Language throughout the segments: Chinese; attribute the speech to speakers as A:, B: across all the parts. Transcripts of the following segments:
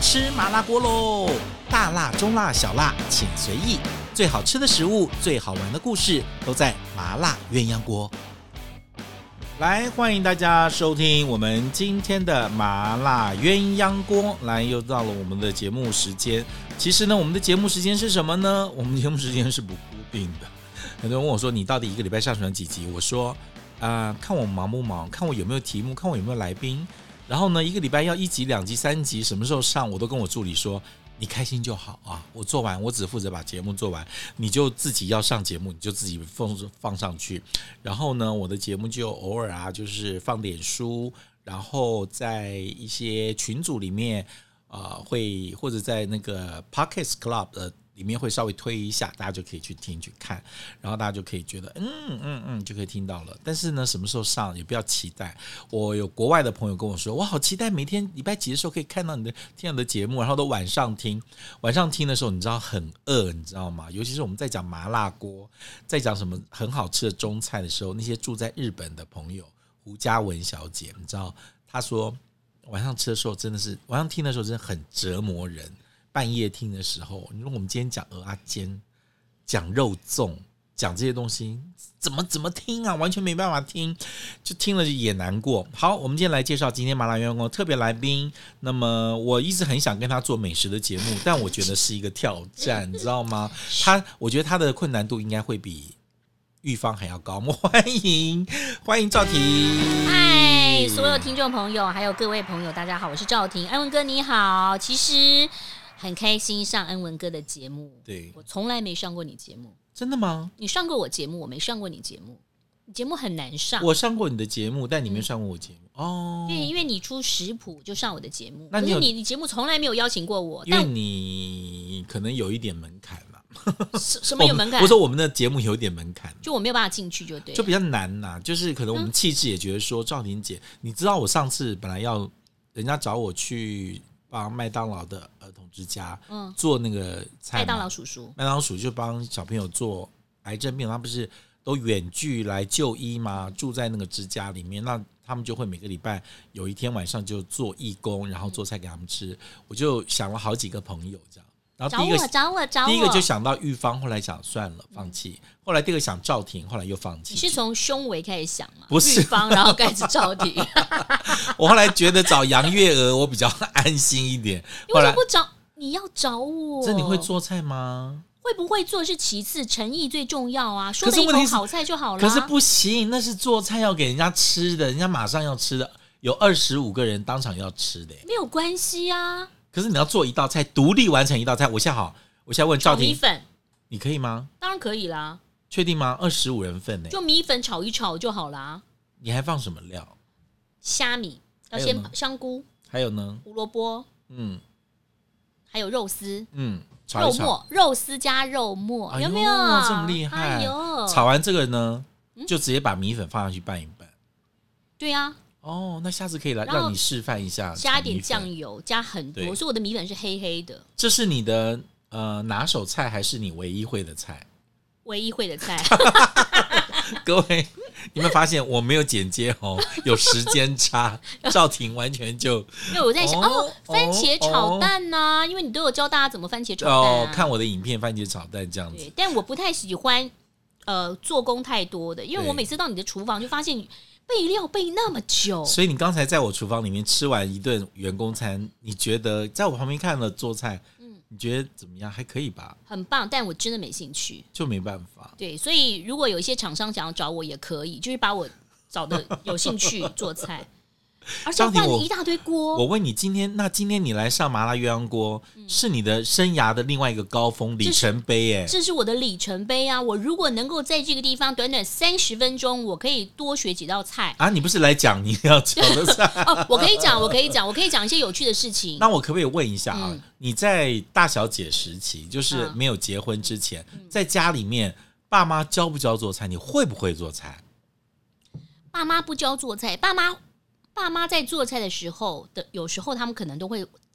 A: 吃麻辣锅喽！大辣、中辣、小辣，请随意。最好吃的食物，最好玩的故事，都在麻辣鸳鸯锅。来，欢迎大家收听我们今天的麻辣鸳鸯锅。来，又到了我们的节目时间。其实呢，我们的节目时间是什么呢？我们的节目时间是不固定的。很多人问我说，你到底一个礼拜上传几集？我说，看我忙不忙，看我有没有题目，看我有没有来宾。然后呢，一个礼拜要1集、2集、3集，什么时候上，我都跟我助理说，你开心就好啊，我做完，我只负责把节目做完，你就自己要上节目，你就自己放上去。然后呢，我的节目就偶尔就是放点书，然后在一些群组里面，会或者在那个 Podcast Club 的里面会稍微推一下，大家就可以去听去看，然后大家就可以觉得就可以听到了。但是呢，什么时候上也不要期待。我有国外的朋友跟我说，我好期待每天礼拜几的时候可以看到你的听你的节目，然后都晚上听。晚上听的时候，你知道很饿，你知道吗？尤其是我们在讲麻辣锅，在讲什么很好吃的中菜的时候，那些住在日本的朋友，胡嘉文小姐，你知道，她说晚上吃的时候真的是，晚上听的时候真的很折磨人。半夜听的时候，你说我们今天讲蚵仔煎，讲肉粽，讲这些东西，怎么听啊？完全没办法听，就听了也难过。好，我们今天来介绍今天麻辣鸳鸯锅特别来宾。那么我一直很想跟他做美食的节目，但我觉得是一个挑战，你知道吗？我觉得他的困难度应该会比玉芳还要高。我们欢迎赵婷。
B: 嗨，所有听众朋友，还有各位朋友，大家好，我是赵婷。安文哥你好，其实很开心上安文哥的节目。
A: 对，
B: 我从来没上过你节目。
A: 真的吗？
B: 你上过我节目，我没上过你节目。你节目很难上。
A: 我上过你的节目，但你没上过我节目。哦，
B: 对，因为你出食谱就上我的节目，
A: 那
B: 可是你节目从来没有邀请过我，
A: 因为你可能有一点门槛啦。
B: 什么有门槛？
A: 我说我们的节目有点门槛，
B: 就我没有办法进去，就对了，
A: 就比较难啦。就是可能我们气质也觉得说，赵婷姐，你知道我上次本来要人家找我去帮麦当劳的儿童之家做那个菜，
B: 麦当劳叔叔
A: 就帮小朋友做癌症病，他不是都远距来就医吗？住在那个之家里面，那他们就会每个礼拜有一天晚上就做义工，然后做菜给他们吃。我就想了好几个朋友这样。然后第一个就想到玉芳，后来想算了放弃，后来第二个想赵婷，后来又放弃。
B: 你是从胸围开始想吗？
A: 不是，
B: 玉芳然后开始赵婷。
A: 我后来觉得找杨月娥我比较安心一点。
B: 你为什么不找？你要找我？
A: 这你会做菜吗？
B: 会不会做是其次，诚意最重要啊！说的一口好菜就好了。
A: 可是不行，那是做菜要给人家吃的，人家马上要吃的，有25个人当场要吃的。
B: 没有关系啊。
A: 可是你要做一道菜，独立完成一道菜。我现在问赵婷，
B: 米粉
A: 你可以吗？
B: 当然可以啦。
A: 确定吗？25人份呢？
B: 就米粉炒一炒就好啦。
A: 你还放什么料？
B: 虾米要先香菇，
A: 还有呢？
B: 胡萝卜，还有肉丝，
A: 炒一炒，
B: 肉丝加肉末，有没有？
A: 这么厉害！
B: 哎呦，
A: 炒完这个呢，就直接把米粉放上去拌一拌。
B: 对啊。
A: 哦，那下次可以来让你示范一下，
B: 加一点酱油，加很多，所以我的米粉是黑黑的。
A: 这是你的拿手菜，还是你唯一会的菜？
B: 唯一会的菜。
A: 各位，你们发现我没有剪接哦，有时间差，赵婷完全就
B: 因为我在想番茄炒蛋啊，因为你都有教大家怎么番茄炒蛋
A: 看我的影片番茄炒蛋这样子。
B: 但我不太喜欢做工太多的，因为我每次到你的厨房就发现备料备那么久。
A: 所以你刚才在我厨房里面吃完一顿员工餐，你觉得在我旁边看了做菜，你觉得怎么样？还可以吧？
B: 很棒，但我真的没兴趣，
A: 就没办法。
B: 对，所以如果有一些厂商想要找我也可以，就是把我找的有兴趣做菜。而且换了一大堆锅。
A: 我问你，今天你来上麻辣鸳鸯锅，是你的生涯的另外一个高峰里程碑
B: 这是我的里程碑啊！我如果能够在这个地方短短30分钟，我可以多学几道菜
A: 啊！你不是来讲你要教的菜
B: 我可以讲一些有趣的事情。
A: 那我可不可以问一下啊？你在大小姐时期，就是没有结婚之前，在家里面，爸妈教不教做菜？你会不会做菜？
B: 爸妈不教做菜，爸妈在做菜的时候有时候他们可能都会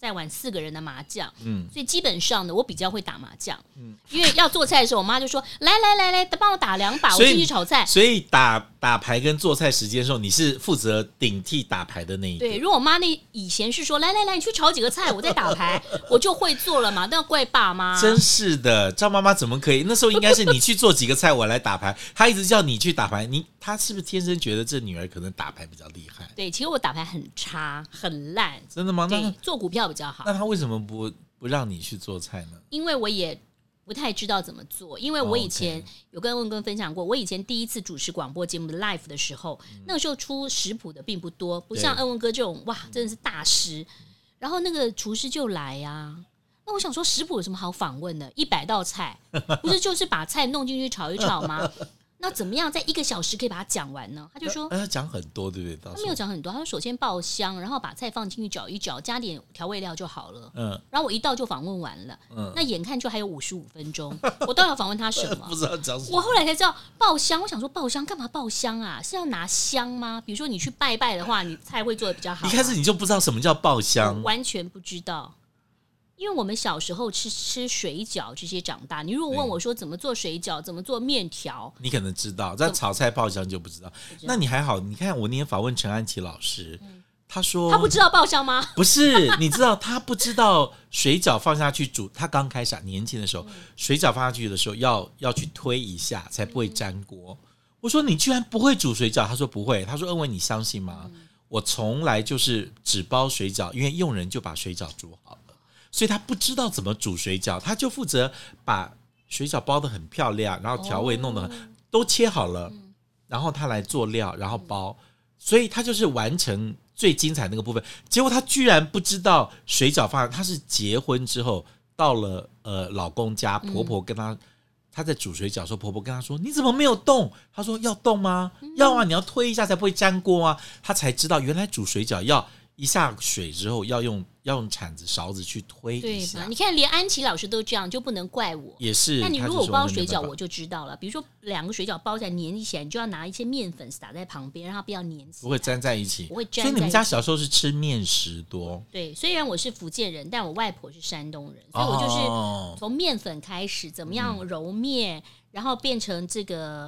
B: 在玩4个人的麻将，
A: 嗯，
B: 所以基本上呢，我比较会打麻将。因为要做菜的时候，我妈就说：“来，帮我打2把，我进去炒菜。”
A: 所以打牌跟做菜时间的时候，你是负责顶替打牌的那一个。
B: 对，如果我妈以前是说：“来，你去炒几个菜，我在打牌，我就会做了嘛。”那要怪爸妈。
A: 真是的，赵妈妈怎么可以？那时候应该是你去做几个菜，我来打牌。她一直叫你去打牌，她是不是天生觉得这女儿可能打牌比较厉害？
B: 对，其实我打牌很差，很烂。
A: 真的吗？
B: 对，做股票比较好。
A: 那她为什么不让你去做菜呢？
B: 因为我也不太知道怎么做，因为我以前有跟文哥分享过，我以前第一次主持广播节目的 live 的时候，那个时候出食谱的并不多，不像恩文哥这种哇，真的是大师。然后那个厨师就来啊，那我想说食谱有什么好访问的？100道菜，不是就是把菜弄进去炒一炒吗？那怎么样在1个小时可以把它讲完呢？他就说
A: 他讲很多，对不对？
B: 他没有讲很多，他说首先爆香，然后把菜放进去搅一搅，加点调味料就好了。然后我一到就访问完了。那眼看就还有55分钟，我到底要访问他什么？
A: 不知道讲什么。
B: 我后来才知道爆香，我想说爆香干嘛爆香啊？是要拿香吗？比如说你去拜拜的话，你菜会做的比较好。
A: 一开始你就不知道什么叫爆香，
B: 完全不知道。因为我们小时候吃水饺这些长大，你如果问我说怎么做水饺，怎么做面条，
A: 你可能知道，但炒菜爆香就不知道。那你还好，你看我那天访问陈安琪老师，他说
B: 他不知道爆香吗？
A: 不是，你知道他不知道水饺放下去煮，他刚开始年轻的时候，水饺放下去的时候要去推一下才不会粘锅。我说你居然不会煮水饺？他说不会。他说恩文你相信吗？我从来就是只包水饺，因为佣人就把水饺煮好了。所以他不知道怎么煮水饺，他就负责把水饺包得很漂亮，然后调味弄得都切好了，然后他来做料，然后包，所以他就是完成最精彩那个部分。结果他居然不知道水饺放，他是结婚之后到了老公家，婆婆跟他在煮水饺的时候，婆婆跟他说：“你怎么没有动？”他说：“要动吗？要啊，你要推一下才不会粘锅啊。”他才知道原来煮水饺要一下水之后要用铲子勺子去推一下。
B: 对吧？你看连安琪老师都这样，就不能怪我。
A: 也是。
B: 那你如果包水饺我就知道了，比如说2个水饺包起来粘起来，你就要拿一些面粉撒在旁边，让它不要粘起来，
A: 不会粘在一起，
B: 不会粘在一起。
A: 所以你们家小时候是吃面食多？
B: 对，虽然我是福建人，但我外婆是山东人，所以我就是从面粉开始，怎么样揉面，然后变成这个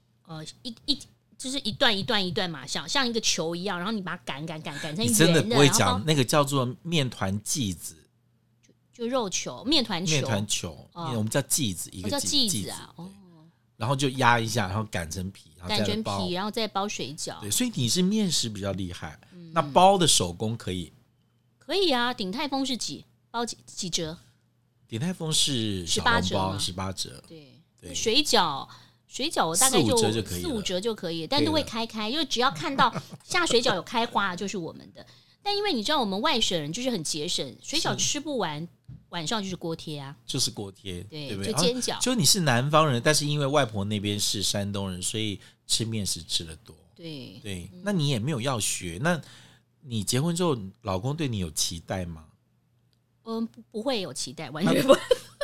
B: 就是一段一段一段嘛，像一个球一样，然后你把它擀成圆的。
A: 你真的不会讲那个叫做面团剂子，
B: 就肉球、面团
A: 球，我们叫剂子，一个
B: 叫剂子啊。
A: 然后就压一下，然后擀成皮，
B: 然后再包水饺。
A: 对，所以你是面食比较厉害，那包的手工可以
B: 啊。鼎泰丰是包几折？
A: 鼎泰丰是
B: 18折
A: 嘛，18折。
B: 对，水饺我大概就
A: 4、5
B: 折就可以，但都会开，因为只要看到下水饺有开花就是我们的。但因为你知道我们外省人就是很节省，水饺吃不完，晚上就是锅贴啊，
A: 就是锅贴，对不对？
B: 就煎饺。
A: 就你是南方人，但是因为外婆那边是山东人，所以吃面食吃得多。对，那你也没有要学。那你结婚之后，老公对你有期待吗？
B: 不会有期待，完全不会。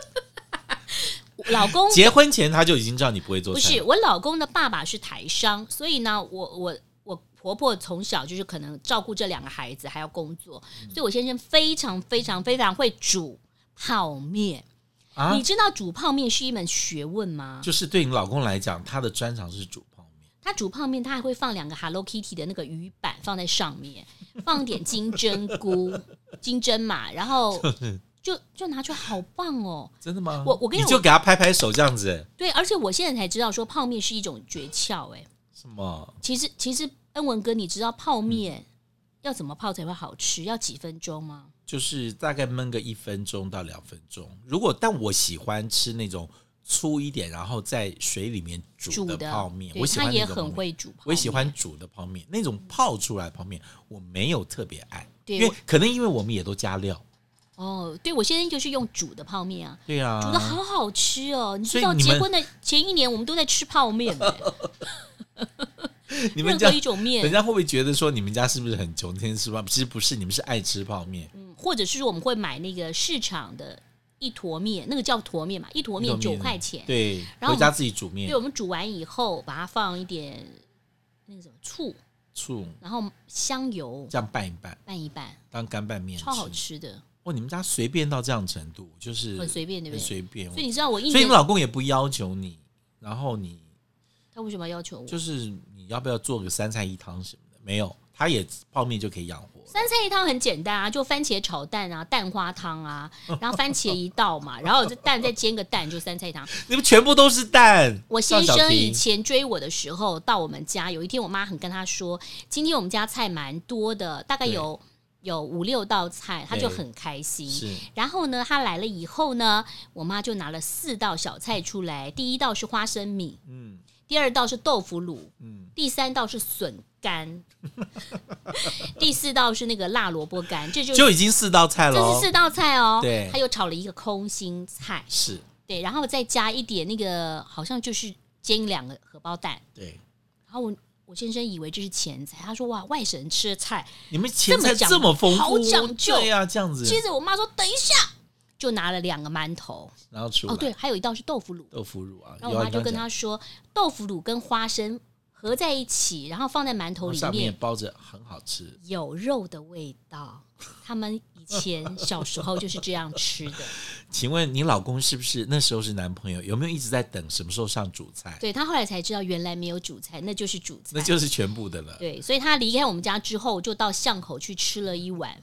B: 老公
A: 结婚前他就已经知道你不会做菜。
B: 不是，我老公的爸爸是台商，所以呢，我婆婆从小就是可能照顾这2个孩子，还要工作，所以我先生非常非常非常会煮泡面。你知道煮泡面是一门学问吗？
A: 就是对你老公来讲，他的专长是煮泡面。
B: 他煮泡面，他还会放2个 Hello Kitty 的那个鱼板放在上面，放点金针菇、金针嘛，然后就拿出来，好棒哦！真
A: 的吗？
B: 我跟
A: 你就给他拍拍手这样子。
B: 对，而且我现在才知道说泡面是一种诀窍。
A: 什么？其
B: 实恩文哥，你知道泡面要怎么泡才会好吃？要几分钟吗？
A: 就是大概焖个1分钟到2分钟。但我喜欢吃那种粗一点，然后在水里面煮的泡面。我喜欢
B: 他也很会煮泡面。
A: 我喜欢煮的泡面，那种泡出来的泡面我没有特别爱，可能因为我们也都加料。
B: 对，我现在就是用煮的泡面啊。
A: 对啊，
B: 煮的好好吃哦！你知道结婚的前1年我们都在吃泡面。
A: 你们家
B: 任何一种面，
A: 人家会不会觉得说你们家是不是很穷，天天吃泡面？其实不是，你们是爱吃泡面。
B: 或者是说我们会买那个市场的一坨面，那个叫坨面嘛，一坨面9块钱。
A: 对，然后回家自己煮面。
B: 对，我们煮完以后把它放一点那个什么醋，然后香油，
A: 这样拌一拌，
B: 拌一拌
A: 当干拌面，
B: 超好吃的。
A: 你们家随便到这样程度，就是
B: 很随便，对不对？
A: 很随便。
B: 所以你知道我1年，
A: 所以你老公也不要求你，然后
B: 他为什么要求我？
A: 就是你要不要做个3菜1汤什么的？没有，他也泡面就可以养活。
B: 3菜1汤很简单啊，就番茄炒蛋啊，蛋花汤啊，然后番茄一道嘛，然后蛋再煎个蛋，就3菜1汤。
A: 你们全部都是蛋。
B: 我先生以前追我的时候，到我们家有一天，我妈很跟他说，今天我们家菜蛮多的，大概有5、6道菜，他就很开心。然后呢，他来了以后呢，我妈就拿了4道小菜出来，第1道是花生米，第2道是豆腐乳，第3道是笋干，第4道是那个辣萝卜干，这就
A: 已经4道菜了。
B: 这是4道菜哦。
A: 对，
B: 他又炒了一个空心菜，
A: 是
B: 对，然后再加一点那个，好像就是煎2个荷包蛋。
A: 对，
B: 然后我先生以为这是前菜，他说哇，外省人吃的菜，
A: 你们前菜这么丰富，
B: 好讲究。
A: 对啊，这样子。
B: 接着我妈说等一下，就拿了2个馒头，
A: 然后出来。
B: 对，还有1道是豆腐乳。
A: 豆腐乳啊，
B: 然后我妈就跟他说，豆腐乳跟花生合在一起，然后放在馒头里面，
A: 上面包着，很好吃，
B: 有肉的味道。他们以前小时候就是这样吃的。
A: 请问你老公是不是那时候是男朋友？有没有一直在等什么时候上主菜？
B: 对，他后来才知道原来没有主菜，那就是主菜，
A: 那就是全部的了。
B: 对，所以他离开我们家之后，就到巷口去吃了1碗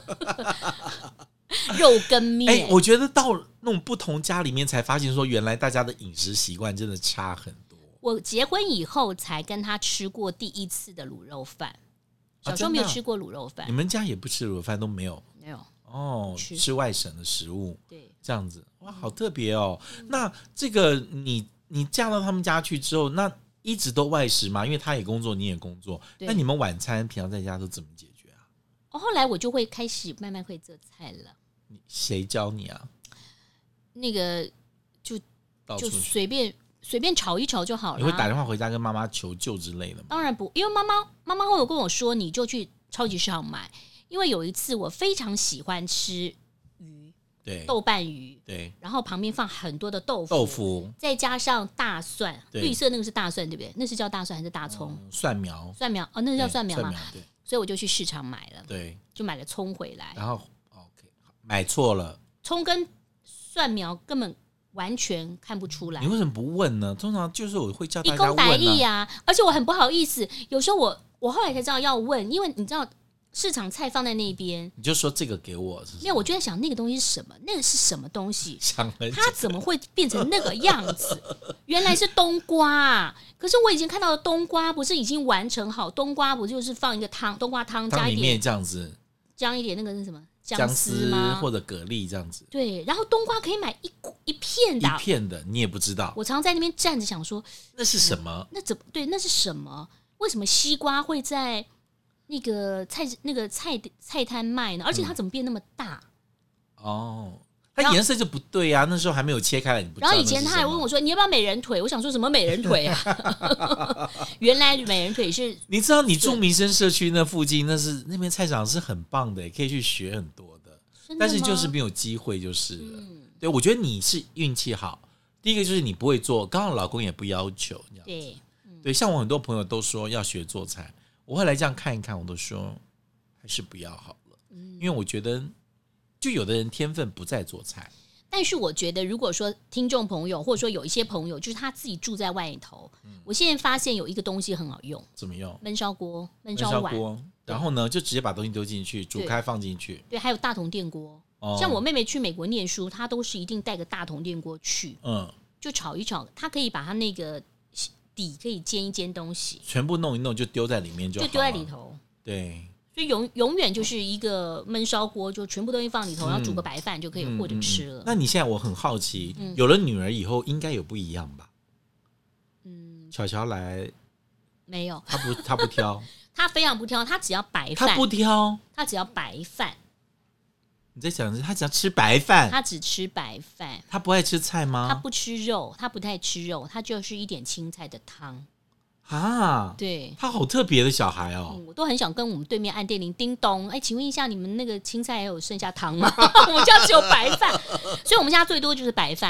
B: 肉羹面。
A: 我觉得到那种不同家里面才发现说，原来大家的饮食习惯真的差很多。
B: 我结婚以后才跟他吃过第1次的卤肉饭，小时候没有吃过卤肉饭。
A: 你们家也不吃卤肉饭都没有？
B: 没有
A: 哦，吃外省的食物。
B: 对，
A: 这样子，哇，好特别哦。那这个你嫁到他们家去之后，那一直都外食吗？因为他也工作，你也工作，那你们晚餐平常在家都怎么解决啊？
B: 后来我就会开始慢慢会做菜了。
A: 谁教你啊？
B: 那个就随便炒一炒就好了。
A: 你会打电话回家跟妈妈求救之类的吗？
B: 当然不，因为妈妈会有跟我说，你就去超级市场买。因为有一次我非常喜欢吃鱼，
A: 对，
B: 豆瓣鱼，
A: 对，
B: 然后旁边放很多的豆腐，再加上大蒜，绿色那个是大蒜对不对？那是叫大蒜还是大葱？
A: 蒜苗
B: 哦，那是叫蒜苗吗？
A: 对，
B: 所以我就去市场买了，
A: 对，
B: 就买了葱回来，
A: 然后 OK 买错了，
B: 葱跟蒜苗根本完全看不出来。
A: 你为什么不问呢？通常就是我会叫大家问
B: 一公百亿啊，而且我很不好意思，有时候我后来才知道要问，因为你知道。市场菜放在那边，
A: 你就说这个给我是不是？
B: 没有，我就在想那个东西是什么？那个是什么东西？
A: 想很久，
B: 它怎么会变成那个样子？原来是冬瓜啊！可是我以前看到的冬瓜不是已经完成好？冬瓜不就是放一个汤，冬瓜汤加一点
A: 这样子，
B: 加一点那个是什么
A: 姜
B: 丝吗？
A: 或者蛤蜊这样子。
B: 对，然后冬瓜可以买一片的，
A: 一片的，你也不知道。
B: 我常在那边站着想说，
A: 那是什么？
B: 那是什么？为什么西瓜会在？那个菜摊卖呢，而且它怎么变那么大？
A: 它颜色就不对啊！那时候还没有切开来，你不知道。
B: 然后以前他还问我说：“你要不要美人腿？”我想说什么美人腿啊？原来美人腿是……
A: 你知道你住民生社区那附近，那边菜场是很棒的，可以去学很多的，但是就是没有机会就是了。对，我觉得你是运气好。第一个就是你不会做，刚好老公也不要求。对，像我很多朋友都说要学做菜。我后来这样看一看，我都说还是不要好了，因为我觉得就有的人天分不在做菜。
B: 但是我觉得，如果说听众朋友或者说有一些朋友，就是他自己住在外头，我现在发现有一个东西很好用，
A: 怎么用？
B: 焖烧锅、焖烧碗，
A: 然后呢就直接把东西丢进去，煮开放进去。
B: 对，还有大同电锅。像我妹妹去美国念书，她都是一定带个大同电锅去，就炒一炒，她可以把她那个。底可以煎一煎东西，
A: 全部弄一弄就丢在里面就好了，
B: 就丢在里头。
A: 对，
B: 所以永远就是一个焖烧锅，就全部东西放里头，然后煮个白饭就可以或者吃了。
A: 那你现在我很好奇，有了女儿以后应该有不一样吧？巧巧来
B: 没有，
A: 她不挑，
B: 她非常不挑，她只要白饭，
A: 她不挑，
B: 她只要白饭。
A: 你在讲他只要吃白饭，
B: 他只吃白饭，
A: 他不爱吃菜吗？
B: 他不吃肉，他不太吃肉，他就是一点青菜的汤
A: 啊。对，他好特别的小孩哦。
B: 我都很想跟我们对面按电铃，叮咚，请问一下，你们那个青菜还有剩下汤吗？我们家只有白饭，所以我们家最多就是白饭。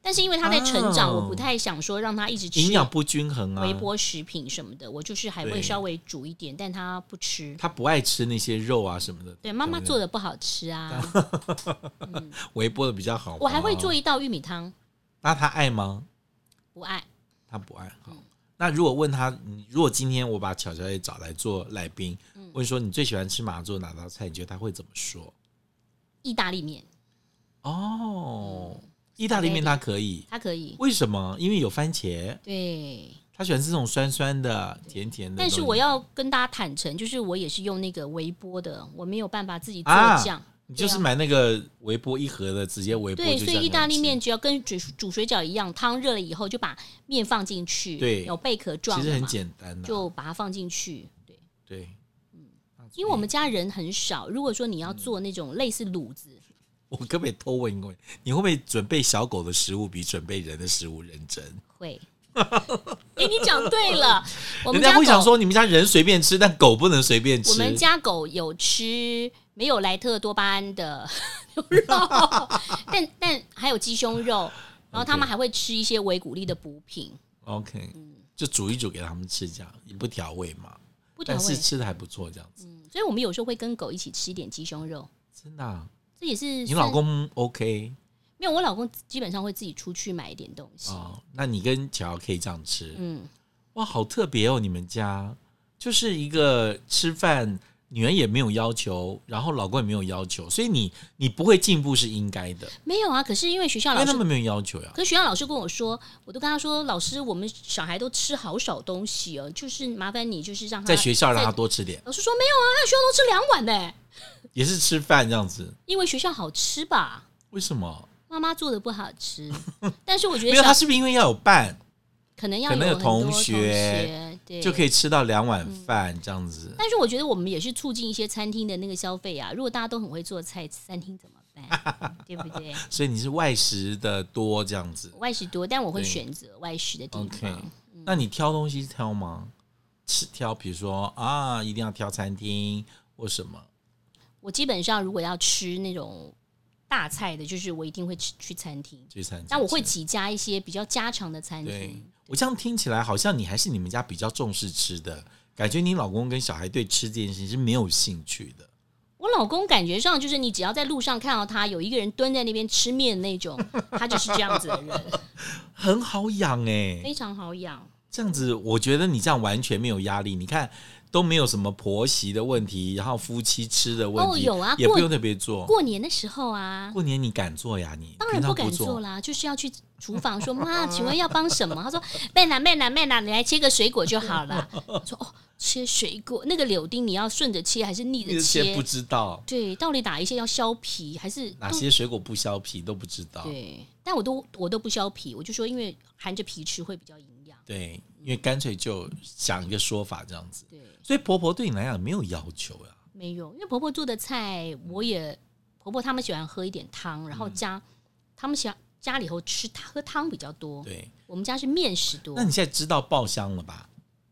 B: 但是因为他在成长，我不太想说让他一直吃
A: 营养不均衡啊，
B: 微波食品什么的，我就是还会稍微煮一点，但他不吃，
A: 他不爱吃那些肉啊什么的。
B: 对，妈妈做的不好吃啊，
A: 微波的比较好。
B: 我还会做一道玉米汤，
A: 那他爱吗？
B: 不爱，
A: 他不爱。好，那如果问他，如果今天我把巧巧也找来做来宾，问说你最喜欢吃妈做哪道菜，你觉得他会怎么说？
B: 意大利面。
A: 哦，意大利面他可以，
B: 他可以，
A: 为什么？因为有番茄。
B: 对，
A: 他喜欢吃这种酸酸的、甜甜的。
B: 但是我要跟大家坦诚，就是我也是用那个微波的，我没有办法自己做酱。
A: 你就是买那个微波一盒的，直接微波就这样。
B: 对，所以意大利面只要跟煮水饺一样，汤热了以后就把面放进去，
A: 对，
B: 有贝壳状的嘛，
A: 其实很简单的，
B: 就把它放进去。
A: 对，
B: 因为我们家人很少，如果说你要做那种类似卤子，
A: 我可不可以偷问一个问题？你会不会准备小狗的食物比准备人的食物认真？
B: 会。你讲对了，
A: 人家会想说你们家人随便吃，但狗不能随便吃。
B: 我们家狗有吃没有莱特多巴胺的牛肉，但还有鸡胸肉，然后他们还会吃一些维骨力的补品。
A: OK，就煮一煮给他们吃，这样也不调味嘛，
B: 不调味，
A: 但是吃的还不错，这样子。
B: 所以我们有时候会跟狗一起吃一点鸡胸肉。
A: 真的啊？
B: 这也是
A: 你老公 OK？
B: 没有，我老公基本上会自己出去买一点东西。
A: 那你跟乔可以这样吃。哇，好特别哦！你们家就是一个吃饭，女儿也没有要求，然后老公也没有要求，所以你不会进步是应该的。
B: 没有啊，可是因为学校老师，
A: 因为他们没有要求呀。
B: 可是学校老师跟我说，我都跟他说，老师，我们小孩都吃好少东西哦，就是麻烦你，就是让他
A: 在学校让他多吃点。
B: 老师说没有啊，他学校都吃2碗呢，
A: 也是吃饭这样子。
B: 因为学校好吃吧？
A: 为什么？
B: 妈妈做的不好吃，但是我觉得
A: 没有，他是不是因为要有伴？
B: 可能要
A: 有
B: 同
A: 学，
B: 对，
A: 就可以吃到2碗饭这样子。
B: 但是我觉得我们也是促进一些餐厅的那个消费啊。如果大家都很会做菜，餐厅怎么办？对不对？
A: 所以你是外食的多这样子，
B: 外食多，但我会选择外食的地方。
A: Okay，那你挑东西挑吗？挑，比如说一定要挑餐厅或什么？
B: 我基本上如果要吃那种大菜的，就是我一定会去餐厅。但我会挤加一些比较家常的餐厅。我
A: 这样听起来好像你还是你们家比较重视吃的，感觉你老公跟小孩对吃这件事情是没有兴趣的。
B: 我老公感觉上就是你只要在路上看到他有一个人蹲在那边吃面那种，他就是这样子的人。
A: 很好养
B: 非常好养。
A: 这样子我觉得你这样完全没有压力，你看都没有什么婆媳的问题，然后夫妻吃的问题，
B: 有啊，
A: 也不用特别做。过
B: 年的时候啊，
A: 过年你敢做呀？你
B: 当然不敢做啦，就是要去厨房说妈，请问要帮什么？他说妹娜，你来切个水果就好了。说切水果，那个柳丁你要顺着切还是逆着切？
A: 不知道。对，
B: 到底哪一些要削皮，还是
A: 哪些水果不削皮都不知道。
B: 对，但我都不削皮，我就说因为含着皮吃会比较营养。
A: 对，因为干脆就想一个说法这样子。
B: 对，
A: 所以婆婆对你来讲没有要求呀？
B: 没有，因为婆婆做的菜，婆婆他们喜欢喝一点汤，然后他们家里头喝汤比较多。
A: 对，
B: 我们家是面食多。
A: 那你现在知道爆香了吧？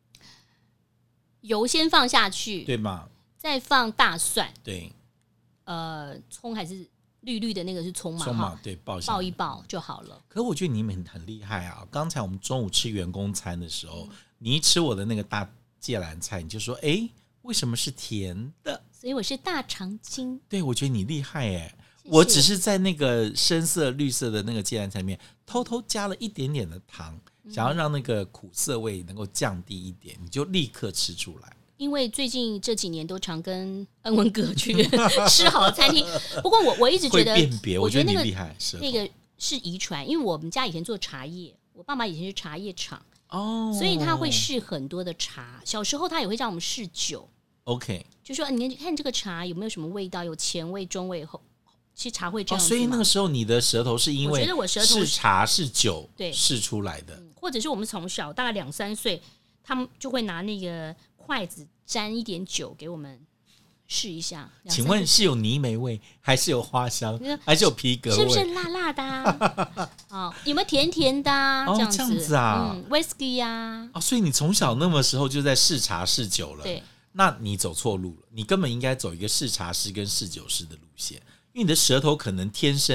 B: 油先放下去，
A: 对吗？
B: 再放大蒜，
A: 对，
B: 葱还是绿绿的那个是葱嘛？
A: 葱嘛，对，爆
B: 一爆就好了。
A: 可是我觉得你们很厉害啊！刚才我们中午吃员工餐的时候，你一吃我的那个大芥蓝菜，你就说：“哎，为什么是甜的？”
B: 所以我是大肠经。
A: 对，我觉得你厉害哎！我只是在那个深色绿色的那个芥蓝菜里面偷偷加了一点点的糖，想要让那个苦涩味能够降低一点，你就立刻吃出来。
B: 因为最近这几年都常跟恩文哥去吃好的餐厅，不过我一直觉得
A: 会辨别，我觉得你厉害，
B: 那个是遗传，因为我们家以前做茶叶，我爸爸以前是茶叶厂所以他会试很多的茶。小时候他也会让我们试酒
A: ，OK，
B: 就说你看这个茶有没有什么味道，有前味、中味、后。其实茶会这样子
A: 所以那个时候你的舌头是因为是茶是酒试出来的，
B: 或者是我们从小大概2-3岁，他们就会拿那个筷子沾一点酒给我们试一下。
A: 请问是有泥煤味，还是有花香，还是有皮革味？
B: 是不是辣辣的有没有甜甜的这样子啊？Whisky 呀
A: 所以你从小那么时候就在试茶试酒了。
B: 对，
A: 那你走错路了，你根本应该走一个试茶师跟试酒师的路线。因为你的舌头可能天生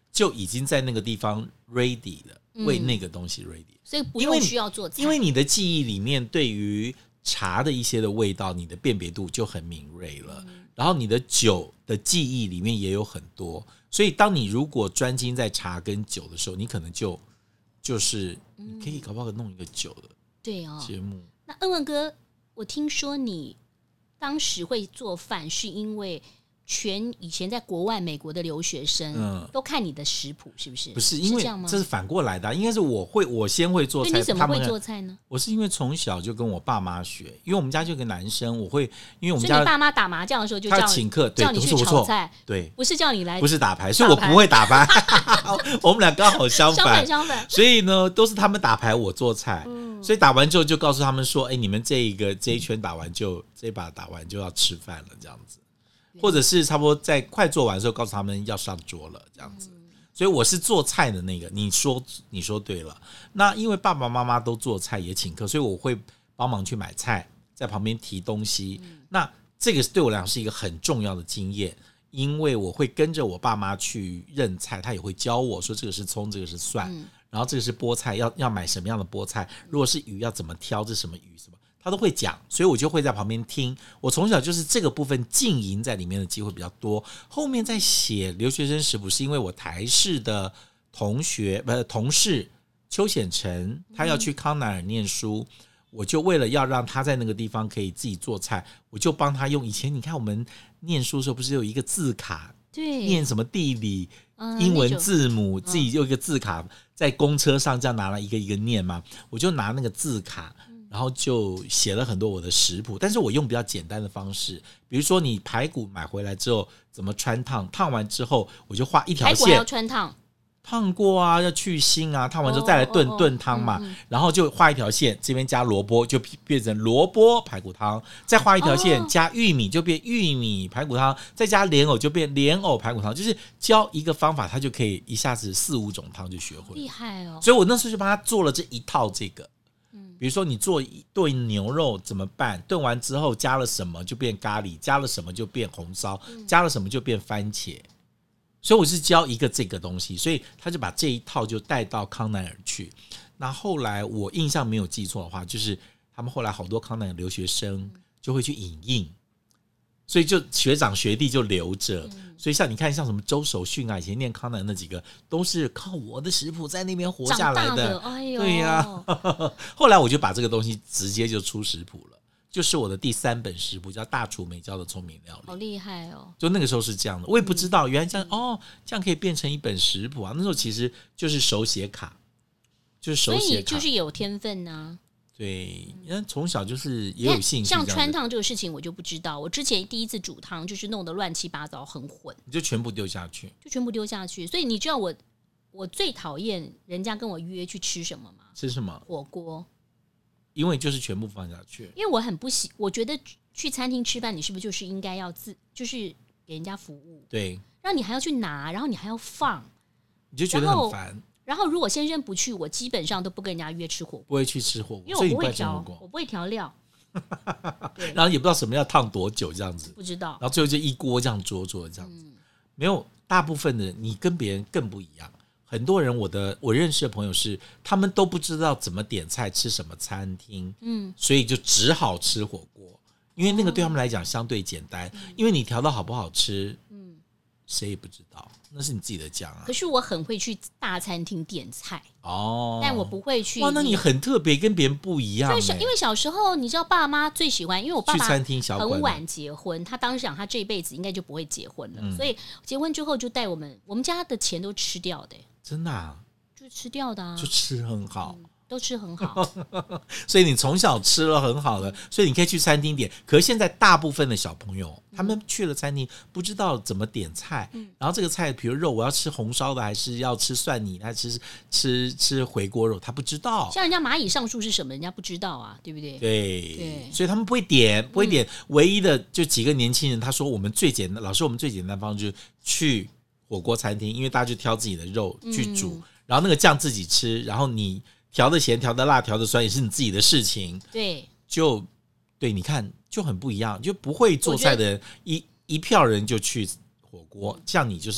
A: 就已经在那个地方 ready 了，为那个东西 ready，
B: 所以不用需要做菜，
A: 因为你的记忆里面对于茶的一些的味道，你的辨别度就很敏锐了，然后你的酒的记忆里面也有很多，所以当你如果专精在茶跟酒的时候，你可能就是你可以搞不好弄一个酒的节目。
B: 那恩文哥，我听说你当时会做饭是因为以前在国外美国的留学生都看你的食谱，是不是？
A: 不是，因为这是反过来的，应该是我先会做菜。
B: 对，你怎么会做菜呢？
A: 我是因为从小就跟我爸妈学，因为我们家就有个男生，因为我们家
B: 所以你爸妈打麻将的时候就
A: 他请客，
B: 叫你去炒菜，
A: 对，
B: 不是叫你来，
A: 不是打牌，所以我不会打牌。我们俩刚好相反，所以呢，都是他们打牌，我做菜。所以打完之后就告诉他们说：“哎，你们这一圈打完这一把打完就要吃饭了，这样子。”或者是差不多在快做完的时候告诉他们要上桌了，这样子。所以我是做菜的那个，你说对了。那因为爸爸妈妈都做菜也请客，所以我会帮忙去买菜，在旁边提东西。那这个对我来讲是一个很重要的经验，因为我会跟着我爸妈去认菜，他也会教我说这个是葱，这个是蒜，然后这个是菠菜，要买什么样的菠菜，如果是鱼要怎么挑，这是什么鱼什么。他都会讲，所以我就会在旁边听。我从小就是这个部分浸淫在里面的机会比较多。后面在写留学生食谱，是因为我台视的同事邱显成，他要去康乃尔念书，我就为了要让他在那个地方可以自己做菜，我就帮他用。以前你看我们念书的时候，不是有一个字卡，
B: 对，
A: 念什么地理、英文字母，自己用一个字卡在公车上这样拿来一个一个念嘛？我就拿那个字卡。然后就写了很多我的食谱，但是我用比较简单的方式，比如说你排骨买回来之后怎么穿烫，烫完之后我就画一条线，
B: 排骨还要穿烫，
A: 烫过啊，要去腥啊，烫完之后再来炖汤嘛，然后就画一条线，这边加萝卜就变成萝卜排骨汤，再画一条线加玉米就变玉米排骨汤，再加莲藕就变莲藕排骨汤，就是教一个方法，他就可以一下子4-5种汤就学会，
B: 厉害哦！
A: 所以我那时候就帮他做了这一套这个。比如说你做一炖牛肉怎么办？炖完之后加了什么就变咖喱，加了什么就变红烧，加了什么就变番茄。所以我是教一个这个东西，所以他就把这一套就带到康乃尔去。那后来我印象没有记错的话，就是他们后来好多康乃尔留学生就会去影印，所以就学长学弟就留着。所以像你看，像什么周守训啊，以前念康乃尔那几个，都是靠我的食谱在那边活下来的。
B: 哎呦，
A: 对呀。后来我就把这个东西直接就出食谱了，就是我的第3本食谱，叫《大厨美教的聪明料理》。
B: 好厉害哦！
A: 就那个时候是这样的，我也不知道原来这样这样可以变成一本食谱啊。那时候其实就是手写卡，就是手写卡，
B: 所以就是有天分啊。
A: 对，因为从小就是也有兴趣。
B: 像穿烫这个事情我就不知道，我之前第一次煮汤就是弄得乱七八糟，很混，
A: 你就全部丢下去，
B: 所以你知道我最讨厌人家跟我约去吃什么吗？
A: 吃什么？
B: 火锅。
A: 因为就是全部放下去。
B: 因为我很不喜，我觉得去餐厅吃饭，你是不是就是应该要就是给人家服务？
A: 对。
B: 然后你还要去拿，然后你还要放，
A: 你就觉得很烦。
B: 然后如果先生不去，我基本上都不跟人家约吃火锅，
A: 不会去吃火锅，
B: 因为我不会调，我不会调料，
A: 然后也不知道什么要烫多久这样子，
B: 不知道，
A: 然后最后就一锅这样做这样子，没有大部分的人你跟别人更不一样。很多人我认识的朋友是他们都不知道怎么点菜，吃什么餐厅，所以就只好吃火锅，因为那个对他们来讲相对简单，因为你调到好不好吃，谁也不知道，那是你自己的酱啊。
B: 可是我很会去大餐厅点菜但我不会去。
A: 哇，那你很特别，跟别人不一样。
B: 因为小时候你知道爸妈最喜欢，因为我爸爸
A: 去餐厅小馆
B: 很晚结婚，他当时讲他这一辈子应该就不会结婚了，所以结婚之后就带我们家的钱都吃掉的。
A: 真的啊？
B: 就吃掉的啊，
A: 就吃很好。
B: 都吃很好，
A: 所以你从小吃了很好的，所以你可以去餐厅点。可是现在大部分的小朋友，他们去了餐厅不知道怎么点菜，然后这个菜，比如肉，我要吃红烧的，还是要吃蒜泥，还是吃回锅肉，他不知道。
B: 像人家蚂蚁上树是什么，人家不知道啊，对不对？
A: 对，所以他们不会点。唯一的就几个年轻人，他说我们最简单，老师我们最简单的方式就是去火锅餐厅，因为大家就挑自己的肉去煮，然后那个酱自己吃，然后你调的咸、调的辣、调的酸也是你自己的事情。
B: 对，
A: 对，你看就很不一样，就不会做菜的人一票人就去火锅，像你就是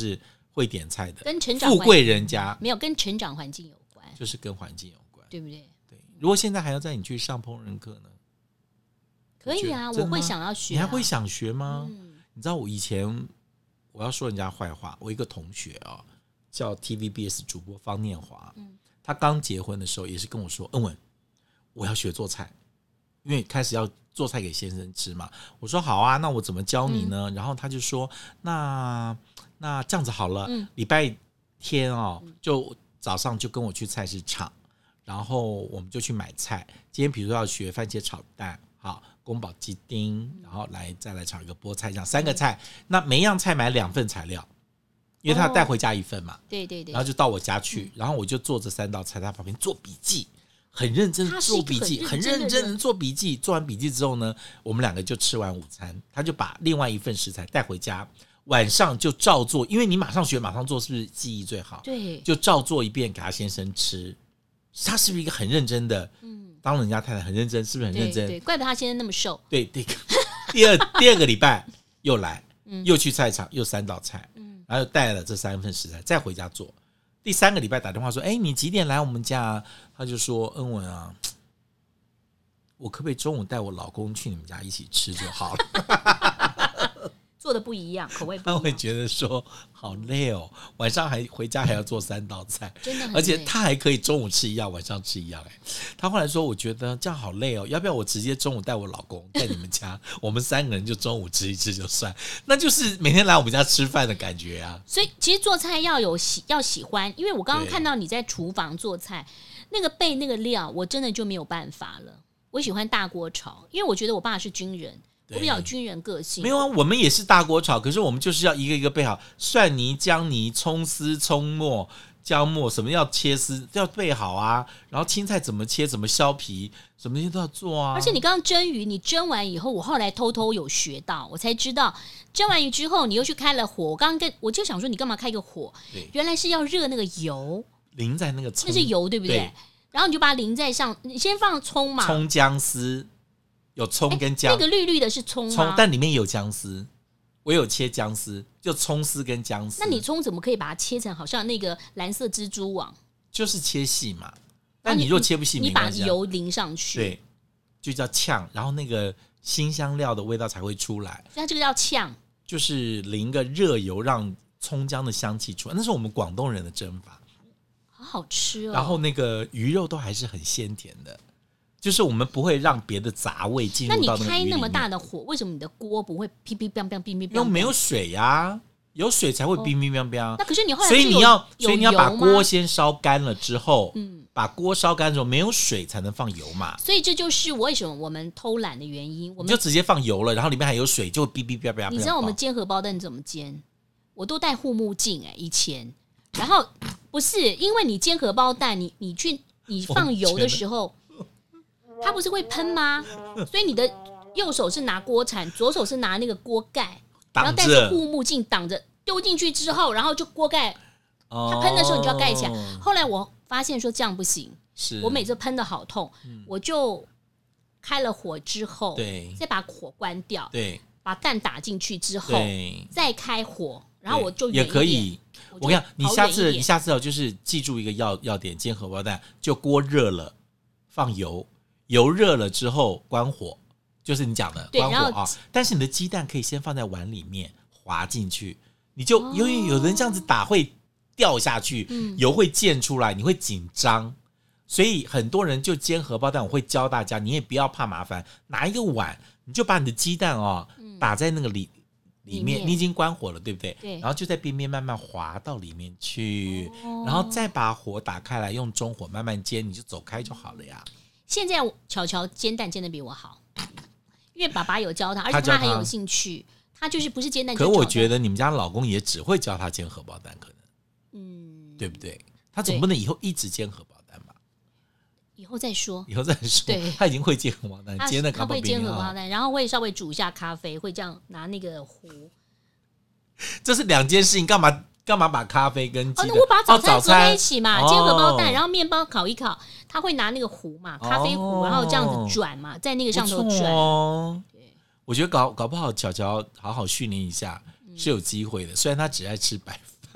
A: 会点菜的，
B: 跟成长
A: 富贵人家
B: 没有跟成长环境有关，
A: 就是跟环境有关，
B: 对不对？
A: 对，如果现在还要带你去上烹饪课呢？
B: 可以啊，我会想要学、啊。
A: 你还会想学吗？你知道我以前我要说人家坏话，我一个同学啊，叫 TVBS 主播方念华，他刚结婚的时候也是跟我说，恩文，我要学做菜，因为开始要做菜给先生吃嘛。我说好啊，那我怎么教你呢？然后他就说，那这样子好了，礼拜天哦，就早上就跟我去菜市场，然后我们就去买菜。今天比如说要学番茄炒蛋，好，宫保鸡丁，然后再来炒一个菠菜，这样3个菜。那每一样菜买2份材料，因为他要带回家1份嘛。
B: 对对对。
A: 然后就到我家去，然后我就做这3道菜，他旁边做笔记，很认真做笔记，很认真的做笔记。做完笔记之后呢，我们2个就吃完午餐，他就把另外1份食材带回家，晚上就照做，因为你马上学马上做，是不是记忆最好？
B: 对，
A: 就照做一遍给他先生吃。他是不是一个很认真的？当人家太太很认真，是不是很认真？
B: 对，怪不得他先生那么瘦。
A: 对对。第二个礼拜又来，又去菜场，又3道菜，然后又带了这3份食材，再回家做。第3个礼拜打电话说：“哎，你几点来我们家啊？”他就说：“恩文啊，我可不可以中午带我老公去你们家一起吃就好了？”
B: 做的不一样，口味不一样。
A: 他会觉得说好累哦，晚上还回家还要做3道菜，
B: 真的很累。
A: 而且他还可以中午吃一样，晚上吃一样。他后来说，我觉得这样好累哦，要不要我直接中午带我老公在你们家，我们3个人就中午吃一吃就算，那就是每天来我们家吃饭的感觉啊。
B: 所以其实做菜要喜欢，因为我刚刚看到你在厨房做菜，那个备那个料，我真的就没有办法了。我喜欢大锅炒，因为我觉得我爸是军人。我比较有军人个性。
A: 没有啊，我们也是大锅炒，可是我们就是要一个一个备好，蒜泥、姜泥、葱丝、葱末、姜末，什么要切丝要备好啊。然后青菜怎么切、怎么削皮，什么东西都要做啊。
B: 而且你刚刚蒸鱼，你蒸完以后，我后来偷偷有学到，我才知道蒸完鱼之后，你又去开了火。我就想说，你干嘛开个火？原来是要热那个油，
A: 淋在那个葱，
B: 那是油对不对？对，然后你就把它淋在上，你先放葱嘛，
A: 葱姜丝。有葱跟姜，
B: 那个绿绿的是葱吗？
A: 但里面有姜丝，我有切姜丝，就葱丝跟姜丝。
B: 那你葱怎么可以把它切成好像那个蓝色蜘蛛网？
A: 就是切细嘛。但你若切不细，
B: 你把油淋上去，
A: 对，就叫炝，然后那个辛香料的味道才会出来。
B: 所以它这个叫炝，
A: 就是淋个热油，让葱姜的香气出来。那是我们广东人的蒸法，
B: 好好吃哦。
A: 然后那个鱼肉都还是很鲜甜的。就是我们不会让别的杂味进入到那个鱼里面。
B: 那你开那么大的火，为什么你的锅不会乒乒乓乓乒乒乓乓？
A: 因为没有水呀，有水才会乒乒乓乓。
B: 那可是你后来
A: 所以你要把锅先烧干了之后，把锅烧干之后没有水才能放油嘛。
B: 所以这就是为什么我们偷懒的原因。我们
A: 就直接放油了，然后里面还有水，就会哔哔哔哔。
B: 你知道我们煎荷包蛋怎么煎？我都戴护目镜以前。然后不是因为你煎荷包蛋，你放油的时候。它不是会喷吗？所以你的右手是拿锅铲，左手是拿那个锅盖，然后戴着护目镜挡着，丢进去之后，然后就锅盖，它喷的时候你就要盖起来。后来我发现说这样不行，我每次喷的好痛，我就开了火之后，再把火关掉，把蛋打进去之后，再开火，然后我就
A: 也可以。我跟你讲，你下次就是记住一个要点，煎荷包蛋就锅热了，放油。油热了之后关火，就是你讲的关火啊。但是你的鸡蛋可以先放在碗里面滑进去，你就因为有人这样子打会掉下去，油会溅出来，你会紧张，所以很多人就煎荷包蛋。我会教大家，你也不要怕麻烦，拿一个碗，你就把你的鸡蛋打在那个里面，你已经关火了，对不对？
B: 对。
A: 然后就在边边慢慢滑到里面去，然后再把火打开来，用中火慢慢煎，你就走开就好了呀。
B: 现在巧巧煎蛋煎的比我好，因为爸爸有教他，而且他很有兴趣。他就是不是煎蛋，
A: 可我觉得你们家老公也只会教他煎荷包蛋，可能，对不对？他总不能以后一直煎荷包蛋吧？
B: 以后再说，
A: 对，他已经会煎荷包蛋，
B: 他会煎荷包蛋，然后会稍微煮一下咖啡，会这样拿那个壶。
A: 这是2件事情，干嘛把咖啡跟鸡蛋？
B: 那我把早餐合在一起嘛，煎荷包蛋，然后面包烤一烤，他会拿那个壶嘛，咖啡壶，然后这样子转嘛，在那个上头转。
A: 对，我觉得搞不好巧巧好好训练一下是有机会的，虽然他只爱吃白饭。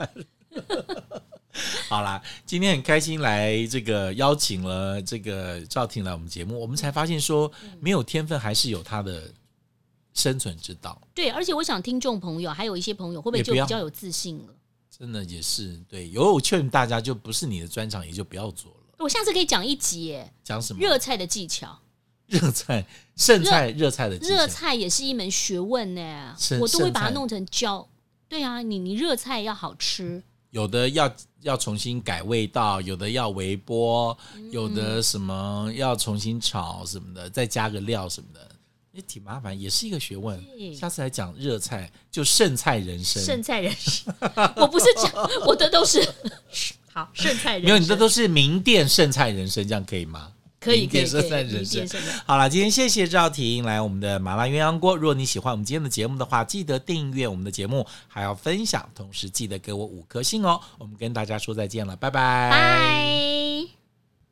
A: 好啦，今天很开心来这个邀请了这个赵婷来我们节目，我们才发现说没有天分还是有他的生存之道。
B: 对，而且我想听众朋友还有一些朋友会不会就比较有自信了？
A: 真的也是对，我劝大家就不是你的专长也就不要做了。
B: 我下次可以讲一集耶，
A: 讲什么？
B: 热菜的技巧。
A: 热菜、剩菜、热菜的技巧。
B: 热菜也是一门学问呢，我都会把它弄成焦。对啊，你热菜要好吃。
A: 有的要重新改味道，有的要微波，有的什么要重新炒什么的，再加个料什么的，也挺麻烦，也是一个学问。下次来讲热菜，就剩菜人生。
B: 剩菜人生，我不是讲我的都是好剩菜人生，
A: 没有你的都是名店剩菜人生，这样可以吗？
B: 可以，
A: 剩菜人生。好了，今天谢谢赵婷来我们的麻辣鸳鸯锅。如果你喜欢我们今天的节目的话，记得订阅我们的节目，还要分享，同时记得给我5颗星哦。我们跟大家说再见了，拜拜。
B: 拜。